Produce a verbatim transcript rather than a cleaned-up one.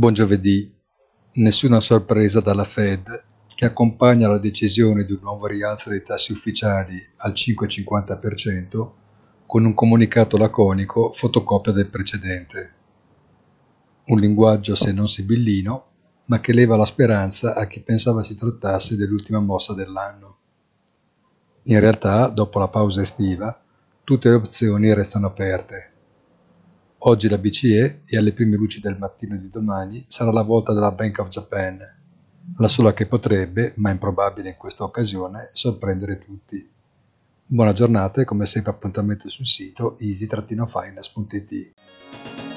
Buon giovedì. Nessuna sorpresa dalla Fed, che accompagna la decisione di un nuovo rialzo dei tassi ufficiali al cinque virgola cinquanta per cento con un comunicato laconico fotocopia del precedente. Un linguaggio se non sibillino, ma che leva la speranza a chi pensava si trattasse dell'ultima mossa dell'anno. In realtà, dopo la pausa estiva, tutte le opzioni restano aperte. Oggi la B C E e alle prime luci del mattino di domani sarà la volta della Bank of Japan, la sola che potrebbe, ma improbabile in questa occasione, sorprendere tutti. Buona giornata e come sempre appuntamento sul sito easy-finance punto it.